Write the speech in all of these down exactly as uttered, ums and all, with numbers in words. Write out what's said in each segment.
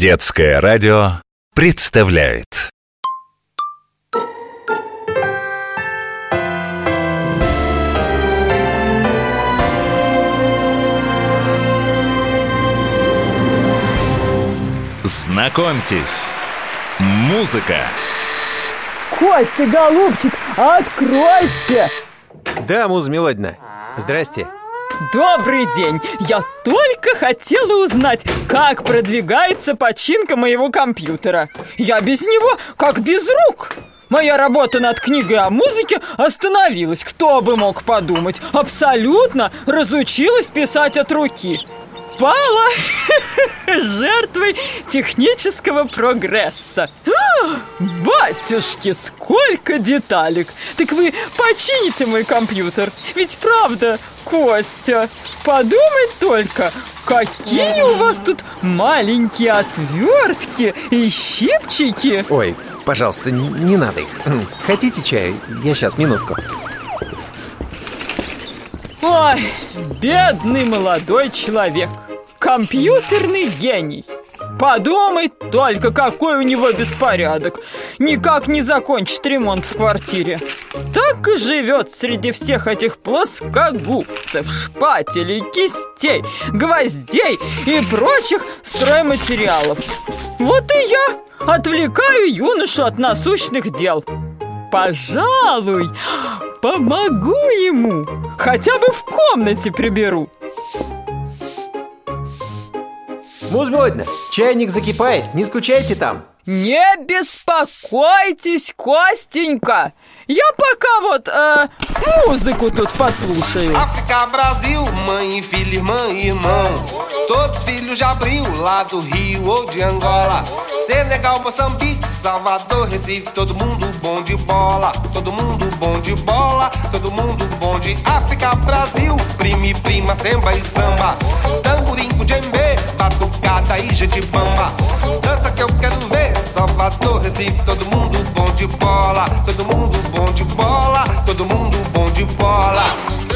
Детское радио представляет Знакомьтесь, музыка. Костя, голубчик, откройте! Да, Муза Мелодина, здрасте. Добрый день! Я только хотела узнать, как продвигается починка моего компьютера. Я без него как без рук. Моя работа над книгой о музыке остановилась. Кто бы мог подумать? Абсолютно разучилась писать от руки. Пала жертвой технического прогресса. Батюшки, сколько деталек! Так вы почините мой компьютер. Ведь правда, Костя, подумай только, какие у вас тут маленькие отвертки и щипчики. Ой, пожалуйста, не, не надо их. Хотите чай? Я сейчас, минутку. Ой, бедный молодой человек. Компьютерный гений. Подумай только, какой у него беспорядок. Никак не закончит ремонт в квартире. Так и живет среди всех этих плоскогубцев, шпателей, кистей, гвоздей и прочих стройматериалов. Вот и я отвлекаю юношу от насущных дел. Пожалуй, помогу ему. Хотя бы в комнате приберу. Муза Мелодина, чайник закипает, не скучайте там. Не bеспокойтесь, Костенька. Я пока вот э, музыку тут послушаю. África, Brasil, mãe e filha, irmã e irmão. Todos filhos de abril, lá do Rio ou de Angola. Senegal, Moçambique, Salvador, Recife. Todo mundo bom de bola, todo mundo bom de bola. Todo mundo bom de África, Brasil. Prima e prima, samba e samba. Tamborim, djembe, batucada e jetibamba. Dança que eu quero ver, Salvador, Recife. Todo mundo bom de bola, todo mundo bom de bola, todo mundo bom de bola.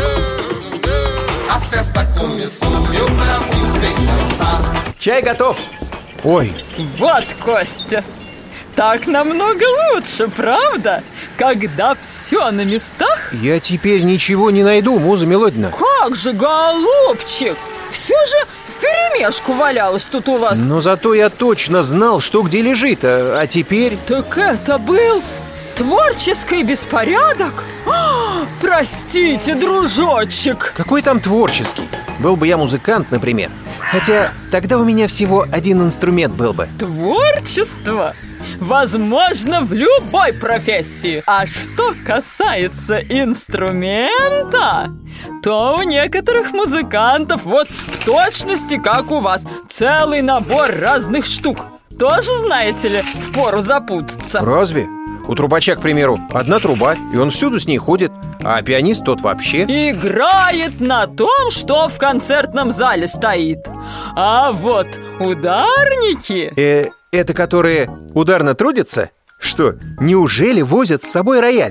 A festa começou e o Brasil vem dançar. Чай готов. Ой. Вот, Костя, так намного лучше, правда? Когда все на местах. Я теперь ничего не найду, Муза Мелодина. Как же, голубчик, все же вперемешку валялось тут у вас. Но зато я точно знал, что где лежит, а, а теперь... Так это был творческий беспорядок? А, простите, дружочек. Какой там творческий? Был бы я музыкант, например. Хотя тогда у меня всего один инструмент был бы. Творчество возможно в любой профессии. А что касается инструмента, то у некоторых музыкантов вот в точности как у вас целый набор разных штук. Тоже, знаете ли, впору запутаться. Разве? У трубача, к примеру, одна труба, и он всюду с ней ходит. А пианист тот вообще играет на том, что в концертном зале стоит. А вот ударники... э, Это которые ударно трудятся? Что, неужели возят с собой рояль?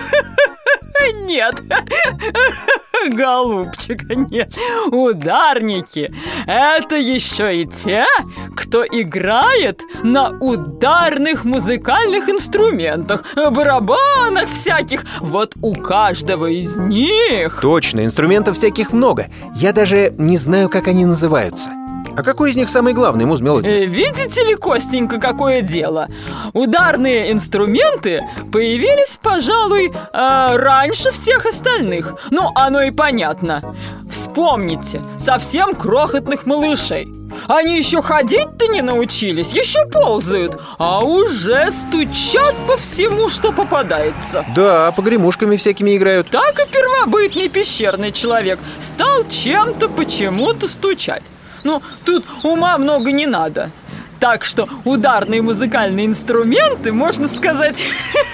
Нет, голубчик, нет. Ударники – это еще и те, кто играет на ударных музыкальных инструментах, барабанах всяких. Вот у каждого из них... Точно, инструментов всяких много. Я даже не знаю, как они называются. А какой из них самый главный, Муза Мелодина? Видите ли, Костенька, какое дело? Ударные инструменты появились, пожалуй, э, раньше всех остальных. Ну, оно и понятно. Вспомните, совсем крохотных малышей. Они еще ходить-то не научились, еще ползают, а уже стучат по всему, что попадается. Да, погремушками всякими играют. Так и первобытный пещерный человек стал чем-то почему-то стучать. Ну, тут ума много не надо. Так что ударные музыкальные инструменты, можно сказать,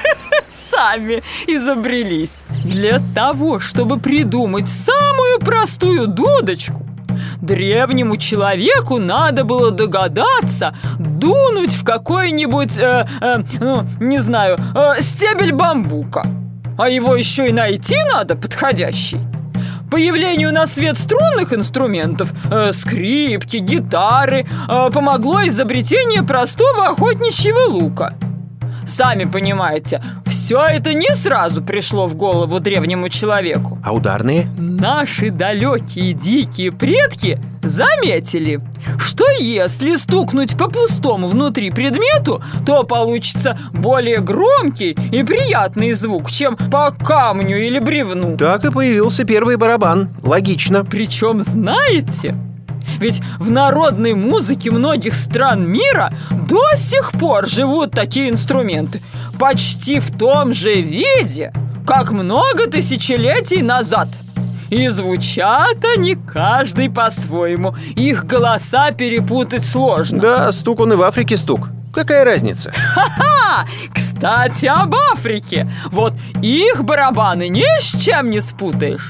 сами изобрелись. Для того, чтобы придумать самую простую дудочку, древнему человеку надо было догадаться дунуть в какой-нибудь, э, э, ну, не знаю, э, стебель бамбука. А его еще и найти надо подходящий. Появлению на свет струнных инструментов, э, скрипки, гитары, э, помогло изобретение простого охотничьего лука. Сами понимаете, все это не сразу пришло в голову древнему человеку. А ударные? Наши далекие дикие предки заметили, что если стукнуть по пустому внутри предмету, то получится более громкий и приятный звук, чем по камню или бревну. Так и появился первый барабан. Логично. Причем, знаете, ведь в народной музыке многих стран мира до сих пор живут такие инструменты, почти в том же виде, как много тысячелетий назад. И звучат они каждый по-своему. Их голоса перепутать сложно. Да, стук он и в Африке стук. Какая разница? Ха-ха! Кстати, об Африке. Вот их барабаны ни с чем не спутаешь.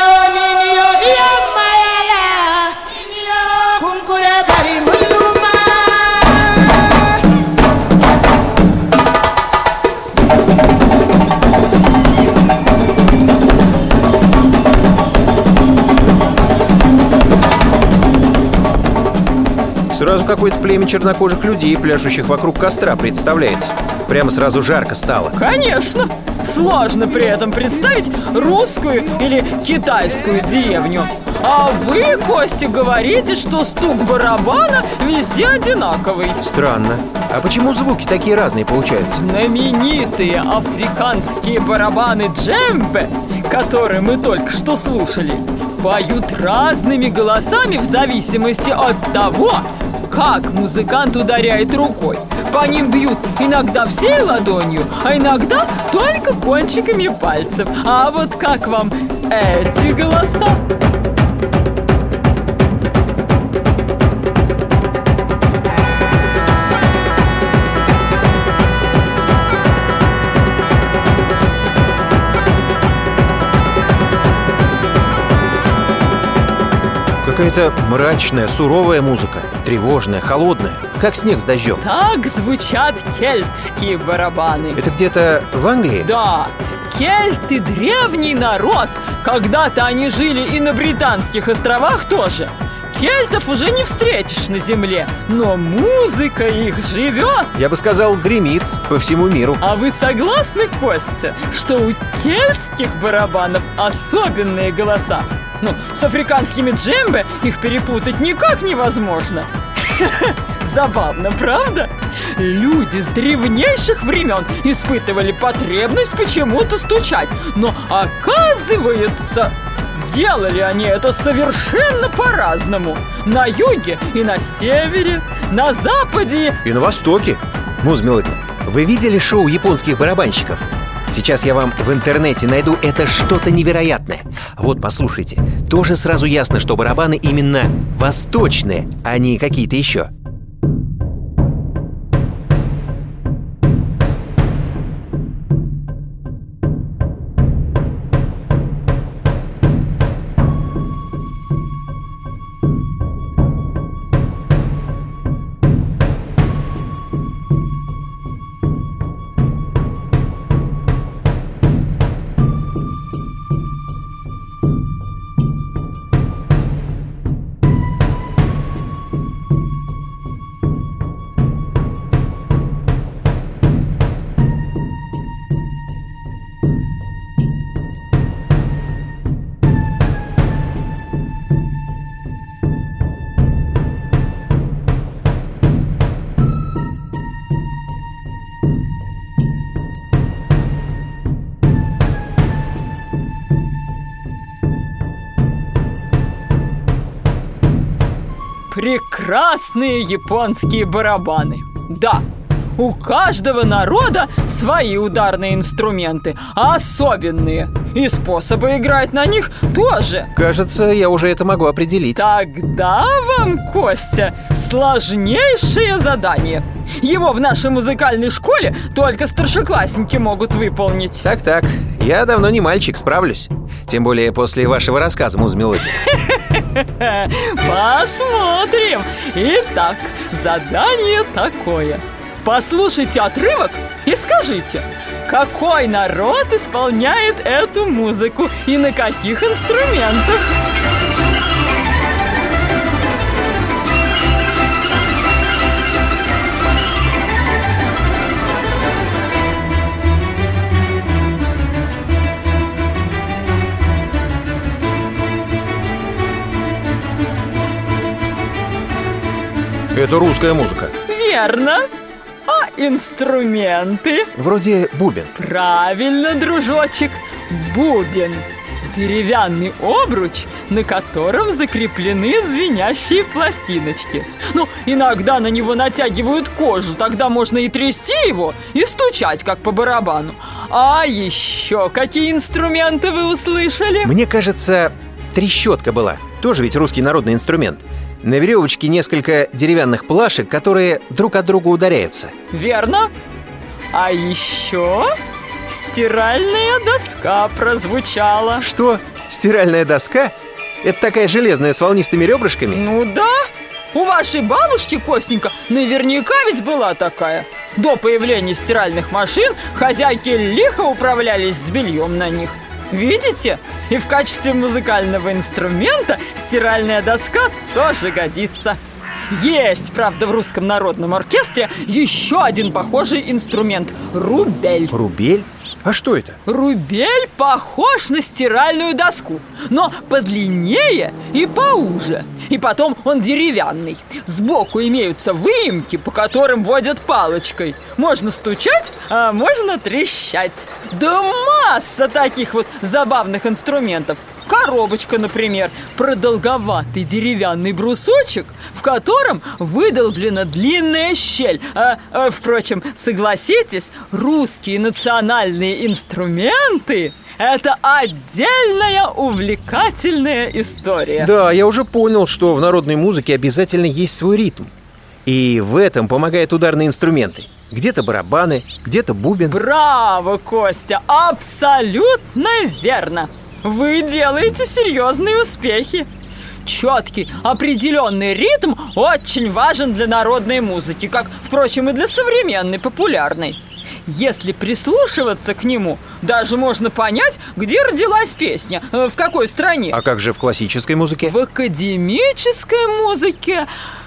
Сразу какое-то племя чернокожих людей, пляшущих вокруг костра, представляется. Прямо сразу жарко стало. Конечно! Сложно при этом представить русскую или китайскую деревню. А вы, Костя, говорите, что стук барабана везде одинаковый. Странно. А почему звуки такие разные получаются? Знаменитые африканские барабаны джембе, которые мы только что слушали, поют разными голосами в зависимости от того, как музыкант ударяет рукой. По ним бьют иногда всей ладонью, а иногда только кончиками пальцев. А вот как вам эти голоса? Какая-то мрачная, суровая музыка. Тревожная, холодная, как снег с дождем. Так звучат кельтские барабаны. Это где-то в Англии? Да, кельты — древний народ. Когда-то они жили и на Британских островах тоже. Кельтов уже не встретишь на земле, но музыка их живет. Я бы сказал, гремит по всему миру. А вы согласны, Костя, что у кельтских барабанов особенные голоса? Ну, с африканскими джембе их перепутать никак невозможно. Забавно, правда? Люди с древнейших времен испытывали потребность почему-то стучать. Но оказывается, делали они это совершенно по-разному. На юге и на севере, на западе и на востоке. Музмилык, вы видели шоу японских барабанщиков? Сейчас я вам в интернете найду, это что-то невероятное. Вот, послушайте. Тоже сразу ясно, что барабаны именно восточные, а не какие-то еще. Прекрасные японские барабаны. Да, у каждого народа свои ударные инструменты, особенные. И способы играть на них тоже. Кажется, я уже это могу определить. Тогда вам, Костя, сложнейшее задание. Его в нашей музыкальной школе только старшеклассники могут выполнить. Так-так, я давно не мальчик, справлюсь. Тем более после вашего рассказа, Музмилык. Посмотрим. Итак, задание такое. Послушайте отрывок и скажите, какой народ исполняет эту музыку и на каких инструментах? Это русская музыка. Верно. А инструменты? Вроде бубен. Правильно, дружочек, бубен. Деревянный обруч, на котором закреплены звенящие пластиночки. Ну, иногда на него натягивают кожу, тогда можно и трясти его, и стучать, как по барабану. А еще какие инструменты вы услышали? Мне кажется, трещотка была. Тоже ведь русский народный инструмент. На веревочке несколько деревянных плашек, которые друг от друга ударяются. Верно. А еще стиральная доска прозвучала. Что? Стиральная доска? Это такая железная с волнистыми ребрышками? Ну да. У вашей бабушки, Костенька, наверняка ведь была такая. До появления стиральных машин хозяйки лихо управлялись с бельем на них. Видите? И в качестве музыкального инструмента стиральная доска тоже годится. Есть, правда, в русском народном оркестре еще один похожий инструмент – рубель. Рубель? А что это? Рубель похож на стиральную доску, но подлиннее и поуже. И потом он деревянный. Сбоку имеются выемки, по которым водят палочкой. Можно стучать, а можно трещать. Да масса таких вот забавных инструментов. Коробочка, например, продолговатый деревянный брусочек, в котором выдолблена длинная щель. А, а, впрочем, согласитесь, русские национальные инструменты – это отдельная увлекательная история. Да, я уже понял, что в народной музыке обязательно есть свой ритм. И в этом помогают ударные инструменты. Где-то барабаны, где-то бубен. Браво, Костя! Абсолютно верно! Вы делаете серьезные успехи. Четкий, определенный ритм очень важен для народной музыки, как, впрочем, и для современной, популярной. Если прислушиваться к нему, даже можно понять, где родилась песня, в какой стране. А как же в классической музыке? В академической музыке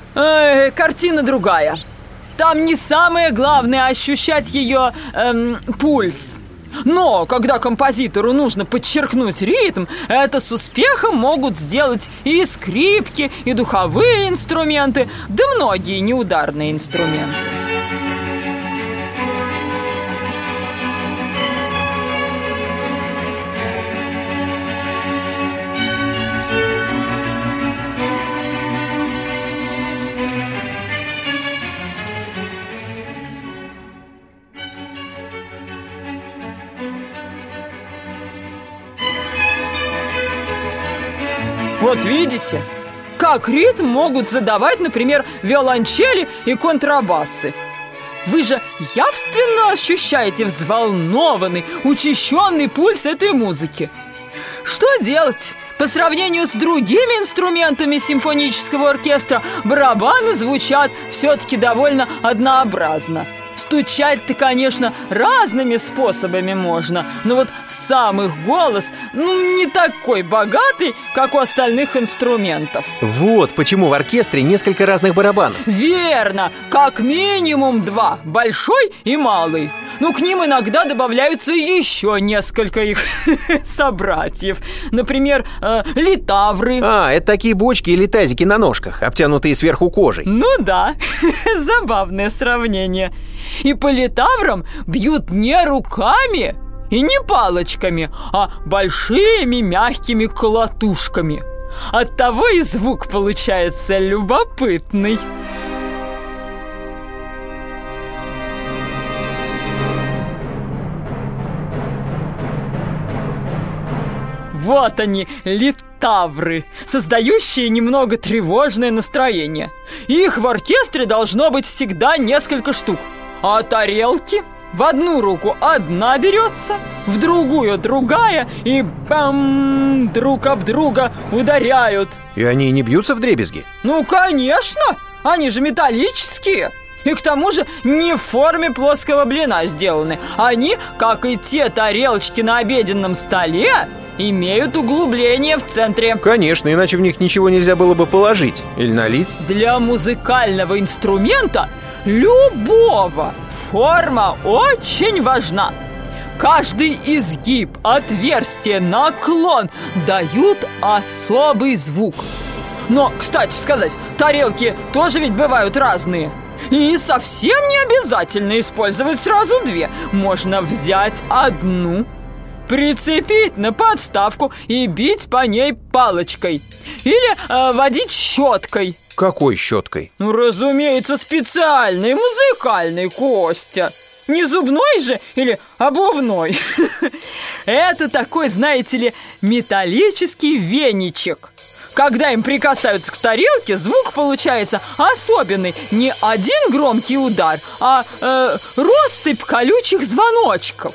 э, картина другая. Там не самое главное ощущать ее эм, пульс. Но когда композитору нужно подчеркнуть ритм, это с успехом могут сделать и скрипки, и духовые инструменты, да многие неударные инструменты. Вот видите, как ритм могут задавать, например, виолончели и контрабасы. Вы же явственно ощущаете взволнованный, учащенный пульс этой музыки. Что делать? По сравнению с другими инструментами симфонического оркестра, барабаны звучат все-таки довольно однообразно. Стучать-то, конечно, разными способами можно, но вот сам их голос, ну, не такой богатый, как у остальных инструментов. Вот почему в оркестре несколько разных барабанов. Верно, как минимум два, большой и малый. Ну, к ним иногда добавляются еще несколько их собратьев. Например, э, литавры. А, это такие бочки или тазики на ножках, обтянутые сверху кожей. Ну да, забавное сравнение. И по литаврам бьют не руками и не палочками, а большими мягкими колотушками. Оттого и звук получается любопытный. Вот они, литавры, создающие немного тревожное настроение. Их в оркестре должно быть всегда несколько штук. А тарелки? В одну руку одна берется, в другую другая, и бам, друг об друга ударяют. И они не бьются вдребезги? Ну, конечно, они же металлические. И к тому же не в форме плоского блина сделаны. Они, как и те тарелочки на обеденном столе, имеют углубление в центре. Конечно, иначе в них ничего нельзя было бы положить или налить. Для музыкального инструмента любого форма очень важна. Каждый изгиб, отверстие, наклон дают особый звук. Но, кстати сказать, тарелки тоже ведь бывают разные. И совсем не обязательно использовать сразу две. Можно взять одну, прицепить на подставку и бить по ней палочкой. Или э, водить щеткой. Какой щеткой? Ну, разумеется, специальной, музыкальной, Костя. Не зубной же или обувной. Это такой, знаете ли, металлический веничек. Когда им прикасаются к тарелке, звук получается особенный. Не один громкий удар, а э, россыпь колючих звоночков.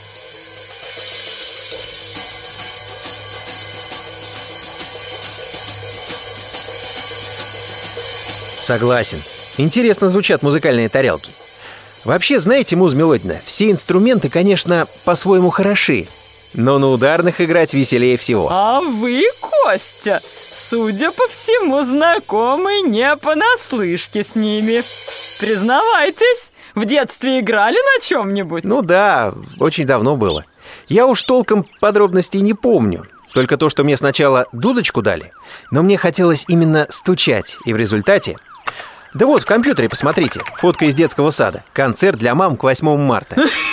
Согласен. Интересно звучат музыкальные тарелки. Вообще, знаете, Муз Мелодина, все инструменты, конечно, по-своему хороши, но на ударных играть веселее всего. А вы, Костя, судя по всему, знакомы не понаслышке с ними. Признавайтесь, в детстве играли на чем-нибудь? Ну да, очень давно было. Я уж толком подробностей не помню. Только то, что мне сначала дудочку дали, но мне хотелось именно стучать. И в результате... Да вот, в компьютере посмотрите. Фотка из детского сада. Концерт для мам к восьмому марта.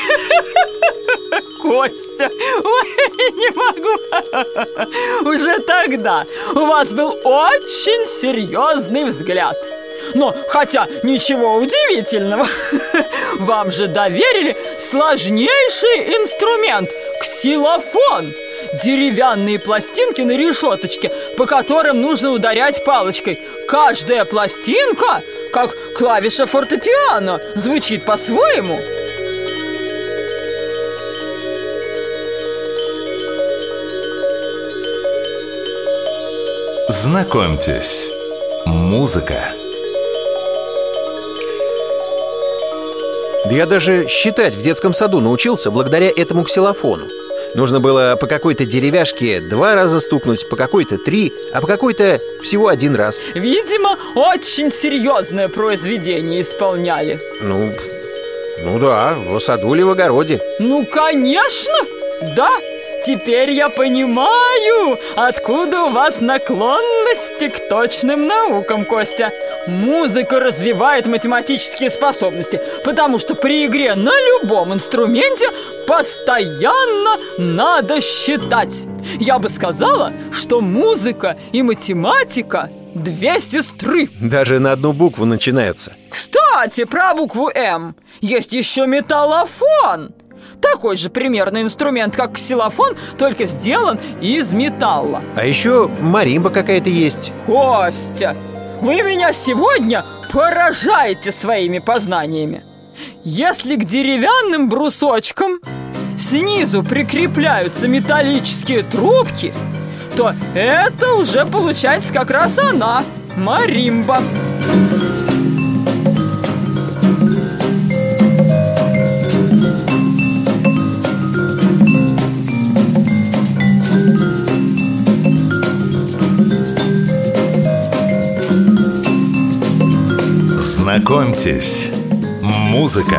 Костя, ой, не могу. Уже тогда у вас был очень серьезный взгляд. Но, хотя, ничего удивительного. Вам же доверили сложнейший инструмент – ксилофон. Деревянные пластинки на решеточке, по которым нужно ударять палочкой. Каждая пластинка, как клавиша фортепиано, звучит по-своему. Знакомьтесь, музыка. Да я даже считать в детском саду научился благодаря этому ксилофону. Нужно было по какой-то деревяшке два раза стукнуть, по какой-то три, а по какой-то всего один раз. Видимо, очень серьезное произведение исполняли. Ну, ну да, в саду или в огороде. Ну, конечно, да. Теперь я понимаю, откуда у вас наклонности к точным наукам, Костя. Музыка развивает математические способности, потому что при игре на любом инструменте постоянно надо считать. Я бы сказала, что музыка и математика – две сестры. Даже на одну букву начинаются. Кстати, про букву «М» есть еще металлофон. Такой же примерно инструмент, как ксилофон, только сделан из металла. А еще маримба какая-то есть. Костя, вы меня сегодня поражаете своими познаниями. Если к деревянным брусочкам снизу прикрепляются металлические трубки, то это уже получается как раз она, маримба. Знакомьтесь, музыка.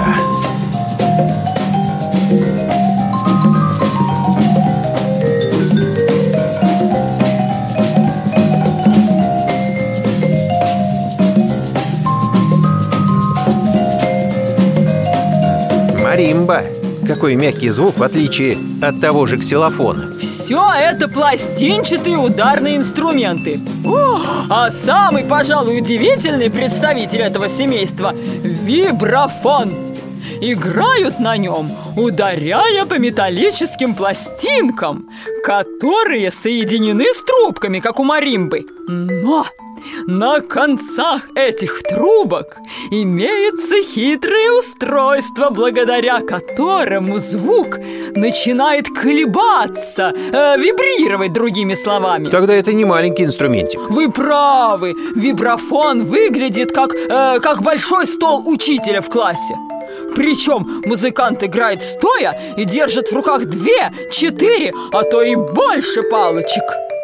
Маримба. Какой мягкий звук, в отличие от того же ксилофона. Все это пластинчатые ударные инструменты. О, а самый, пожалуй, удивительный представитель этого семейства – вибрафон. Играют на нем, ударяя по металлическим пластинкам, которые соединены с трубками, как у маримбы. Но На концах этих трубок имеется хитрое устройство, благодаря которому звук начинает колебаться, э, вибрировать, другими словами. Тогда это не маленький инструментик. Вы правы, вибрафон выглядит как, э, как большой стол учителя в классе. Причем музыкант играет стоя и держит в руках две, четыре, а то и больше палочек.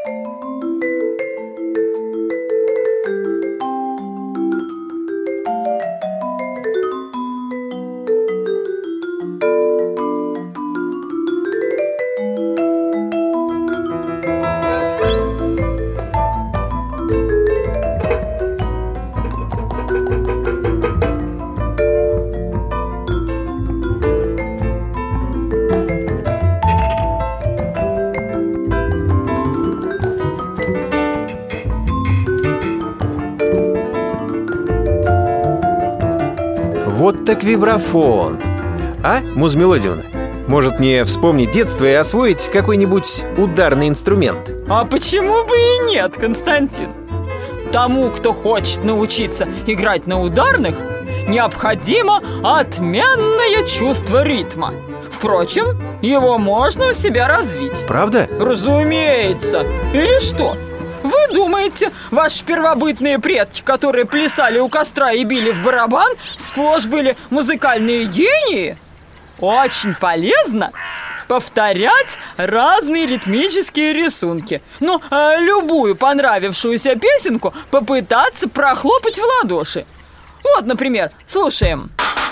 Вот так вибрафон. А, Муза Мелодиевна, может мне вспомнить детство и освоить какой-нибудь ударный инструмент? А почему бы и нет, Константин? Тому, кто хочет научиться играть на ударных, необходимо отменное чувство ритма. Впрочем, его можно у себя развить. Правда? Разумеется. Или что? Вы думаете, ваши первобытные предки, которые плясали у костра и били в барабан, сплошь были музыкальные гении? Очень полезно повторять разные ритмические рисунки. Ну, а любую понравившуюся песенку попытаться прохлопать в ладоши. Вот, например, слушаем.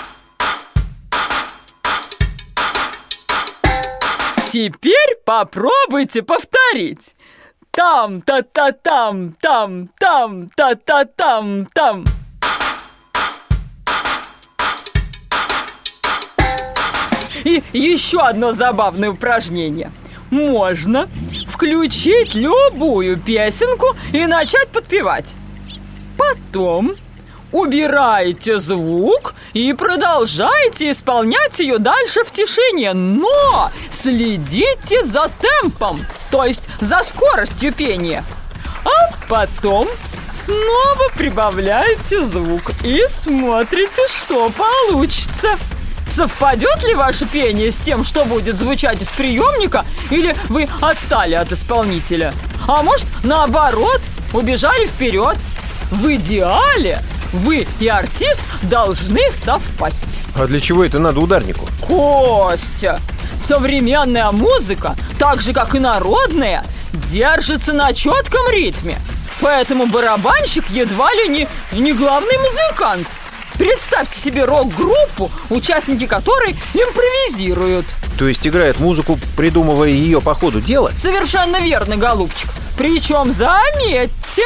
Теперь попробуйте повторить. Там-та-та-там, там-там, та-та-там, там. И еще одно забавное упражнение. Можно включить любую песенку и начать подпевать. Потом убираете звук и продолжаете исполнять ее дальше в тишине. Но следите за темпом, то есть за скоростью пения. А потом снова прибавляете звук и смотрите, что получится. Совпадет ли ваше пение с тем, что будет звучать из приемника, или вы отстали от исполнителя? А может, наоборот, убежали вперед? В идеале вы и артист должны совпасть. А для чего это надо ударнику? Костя, современная музыка, так же как и народная, держится на четком ритме. Поэтому барабанщик едва ли не, не главный музыкант. Представьте себе рок-группу, участники которой импровизируют. То есть играют музыку, придумывая ее по ходу дела? Совершенно верно, голубчик. Причем, заметьте,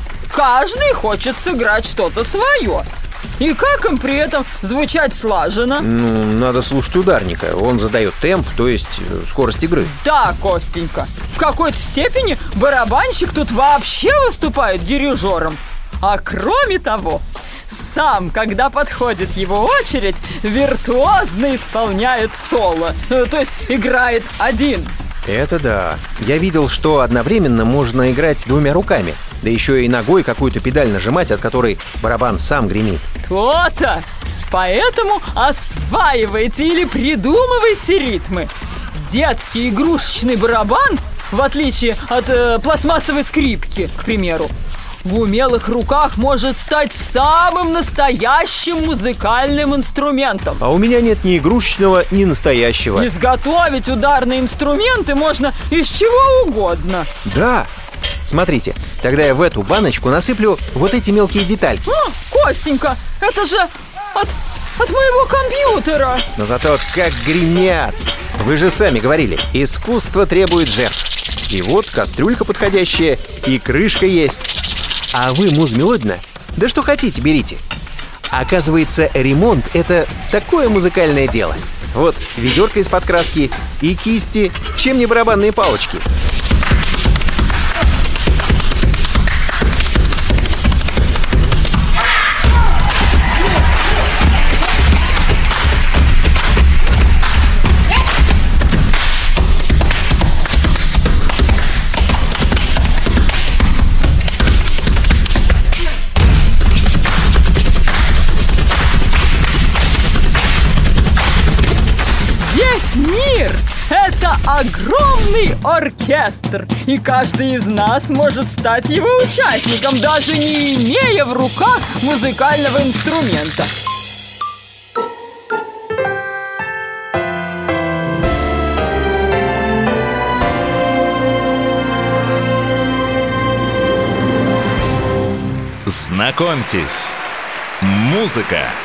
каждый хочет сыграть что-то свое. И как им при этом звучать слаженно? Ну, надо слушать ударника. Он задает темп, то есть скорость игры. Да, Костенька, в какой-то степени барабанщик тут вообще выступает дирижером. А кроме того, сам, когда подходит его очередь, виртуозно исполняет соло. То есть играет один. Это да. Я видел, что одновременно можно играть двумя руками. Да еще и ногой какую-то педаль нажимать, от которой барабан сам гремит. То-то! Поэтому осваивайте или придумывайте ритмы. Детский игрушечный барабан, в отличие от э, пластмассовой скрипки, к примеру, в умелых руках может стать самым настоящим музыкальным инструментом. А у меня нет ни игрушечного, ни настоящего. Изготовить ударные инструменты можно из чего угодно. Да. Смотрите, тогда я в эту баночку насыплю вот эти мелкие детальки. А, Костенька, это же от, от моего компьютера. Но зато как гремят. Вы же сами говорили, искусство требует жертв. И вот кастрюлька подходящая, и крышка есть. А вы, Муза Мелодиевна, да что хотите, берите. Оказывается, ремонт — это такое музыкальное дело. Вот ведерко из-под краски и кисти, чем не барабанные палочки. огромный оркестр, и каждый из нас может стать его участником, даже не имея в руках музыкального инструмента. Знакомьтесь, музыка.